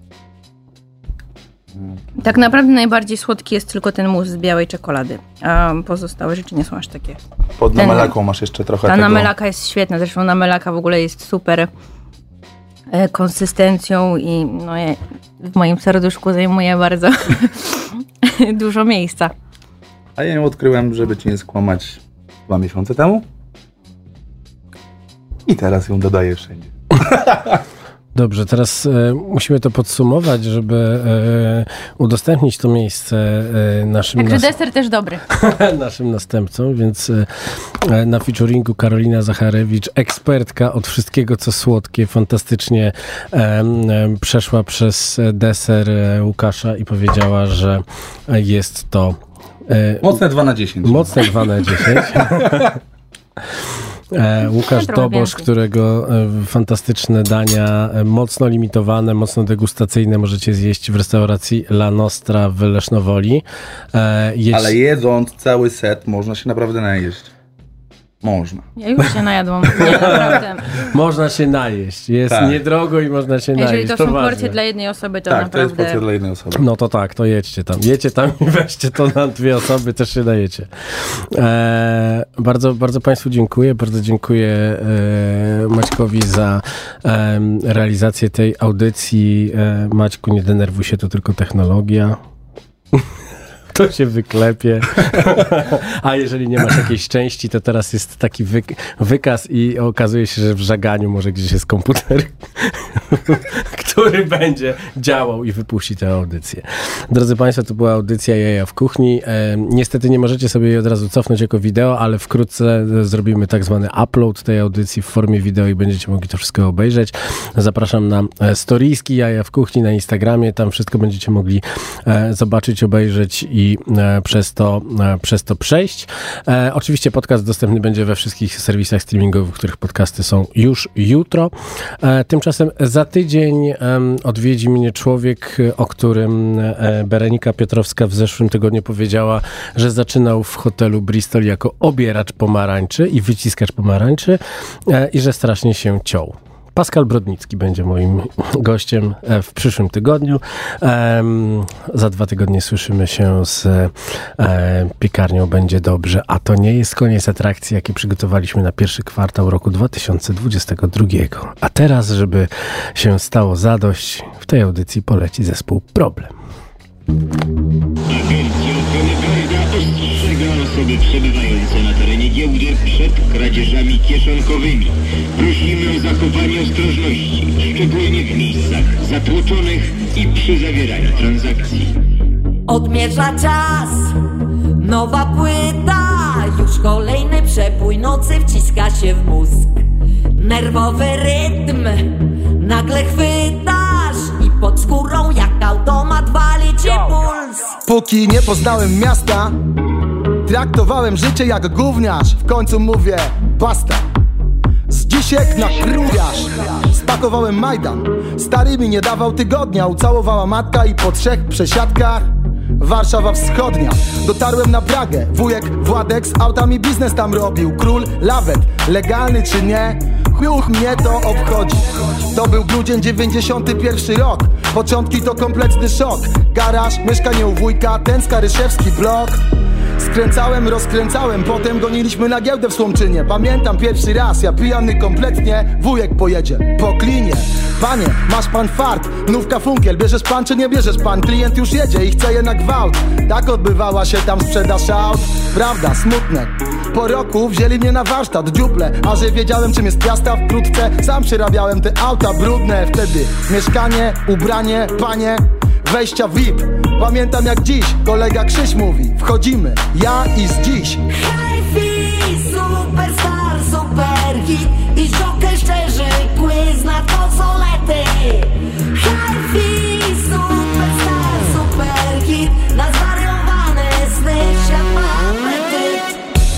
Tak naprawdę najbardziej słodki jest tylko ten mus z białej czekolady, a pozostałe rzeczy nie są aż takie. Pod namelaką masz jeszcze trochę Ta tego. namelaka jest świetna, zresztą namelaka w ogóle jest super konsystencją i no, w moim serduszku zajmuje bardzo dużo miejsca. A ja ją odkryłem, żeby ci nie skłamać, 2 miesiące temu. I teraz ją dodaję wszędzie. Dobrze, teraz musimy to podsumować, żeby udostępnić to miejsce naszym... Także deser też dobry. naszym następcom, więc na featuringu Karolina Zacharewicz, ekspertka od wszystkiego, co słodkie, fantastycznie przeszła przez deser Łukasza i powiedziała, że jest to... Mocne 2 na 10. Mocne 2 na 10. Łukasz Dobosz, którego fantastyczne dania, mocno limitowane, mocno degustacyjne możecie zjeść w restauracji La Nostra w Lesznowoli. Ale jedząc cały set można się naprawdę najeść. Można. Ja już się najadłam. Nie, naprawdę. Można się najeść. Jest niedrogo i można się najeść. Jeżeli to są porcje dla jednej osoby, to naprawdę... Tak, to jest porcja dla jednej osoby. No to tak, to jedźcie tam. Jedźcie tam i weźcie to na 2 osoby, też się najecie. Bardzo, bardzo Państwu dziękuję. Bardzo dziękuję Maćkowi za realizację tej audycji. Maćku, nie denerwuj się, to tylko technologia. To się wyklepie. A jeżeli nie masz jakiejś części, to teraz jest taki wykaz i okazuje się, że w żaganiu może gdzieś jest komputer, który będzie działał i wypuści tę audycję. Drodzy Państwo, to była audycja Jaja w kuchni. Niestety nie możecie sobie jej od razu cofnąć jako wideo, ale wkrótce zrobimy tak zwany upload tej audycji w formie wideo i będziecie mogli to wszystko obejrzeć. Zapraszam na storieski Jaja w kuchni na Instagramie. Tam wszystko będziecie mogli zobaczyć, obejrzeć i przez to przejść. Oczywiście podcast dostępny będzie we wszystkich serwisach streamingowych, w których podcasty są już jutro. Tymczasem za tydzień odwiedzi mnie człowiek, o którym Berenika Piotrowska w zeszłym tygodniu powiedziała, że zaczynał w hotelu Bristol jako obieracz pomarańczy i wyciskacz pomarańczy i że strasznie się ciął. Pascal Brodnicki będzie moim gościem w przyszłym tygodniu. Za 2 tygodnie słyszymy się z piekarnią Będzie Dobrze, a to nie jest koniec atrakcji, jakie przygotowaliśmy na pierwszy kwartał roku 2022. A teraz, żeby się stało zadość, w tej audycji poleci zespół Problem. Agencja Ochrony Prawa ostrzega osoby przebywające na terenie giełdy przed kradzieżami kieszonkowymi. Prosimy o zachowanie ostrożności, szczególnie w miejscach zatłoczonych i przy zawieraniu transakcji. Odmierza czas, nowa płyta, już kolejny przebój nocy wciska się w mózg. Nerwowy rytm nagle chwytasz i pod skórą jak automat wali ci puls. Póki nie poznałem miasta, traktowałem życie jak gówniarz. W końcu mówię basta. Z dzisiek na kruwiarz spakowałem Majdan. Stary mi nie dawał tygodnia, ucałowała matka i po 3 przesiadkach Warszawa Wschodnia. Dotarłem na Pragę, wujek Władek z autami biznes tam robił. Król lawet, legalny czy nie, chuj mnie to obchodzi. To był grudzień 91 rok, początki to kompletny szok. Garaż, mieszkanie u wujka, ten skaryszewski blok. Skręcałem, rozkręcałem, potem goniliśmy na giełdę w Słomczynie. Pamiętam pierwszy raz, ja pijany kompletnie, wujek pojedzie po klinie. Panie, masz pan fart, nówka funkiel, bierzesz pan czy nie bierzesz pan? Klient już jedzie i chce je na gwałt. Tak odbywała się tam sprzedaż aut. Prawda, smutne. Po roku wzięli mnie na warsztat, dziuple. A że wiedziałem czym jest piasta, wkrótce sam przerabiałem te auta brudne. Wtedy mieszkanie, ubranie, panie, wejścia VIP. Pamiętam jak dziś, kolega Krzyś mówi, wchodzimy, ja i z dziś. Hi-fi, superstar, superhit i żokę szczerzy, quiz na konsolety. Hi-fi, superstar, superhit, na zwariowane sny, świat ma apetyt.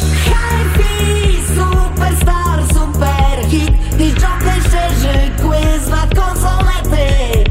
Hi-fi, superstar, superhit i żokę szczerzy, quiz na konsolety.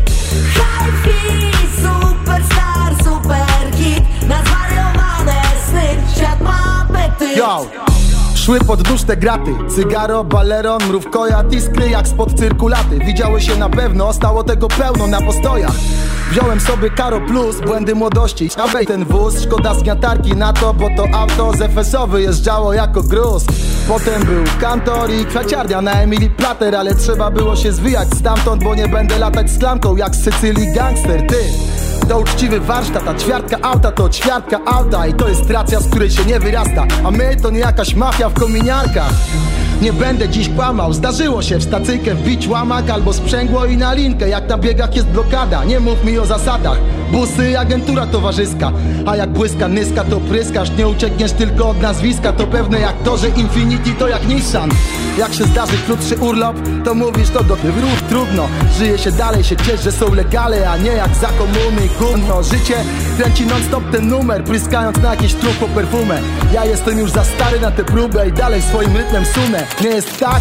Hi-fi, superstar, superhit, na zwariowane sny, świat ma apetyt. Yo! Szły pod nóż te graty, cygaro, baleron, mrówkojat, iskry jak spod cyrkulaty. Widziały się na pewno, stało tego pełno na postojach. Wziąłem sobie Karo Plus, błędy młodości. A ten wóz, szkoda zgniatarki na to, bo to auto z FS-u wyjeżdżało jako gruz. Potem był kantor i kwiaciarnia na Emilii Plater, ale trzeba było się zwijać stamtąd, bo nie będę latać z klamką jak z Sycylii gangster, ty. To uczciwy warsztat, a ćwiartka auta to ćwiartka auta. I to jest racja, z której się nie wyrasta. A my to nie jakaś mafia w kominiarkach. Nie będę dziś kłamał, zdarzyło się w stacyjkę wbić łamak albo sprzęgło i na linkę. Jak na biegach jest blokada, nie mów mi o zasadach. Busy, agentura towarzyska, a jak błyska nyska to pryskasz. Nie uciekniesz tylko od nazwiska, to pewne jak to, że Infinity to jak Nissan. Jak się zdarzy krótszy urlop, to mówisz to do tych rów trudno. Żyje się dalej, się ciesz, że są legale, a nie jak za komuny. Gówno, życie kręci non stop ten numer, pryskając na jakiś trup po perfumę. Ja jestem już za stary na tę próbę i dalej swoim rytmem sunę. Nie jest tak?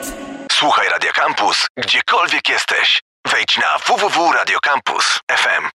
Słuchaj Radia Campus, gdziekolwiek jesteś. Wejdź na www.radiocampus.fm.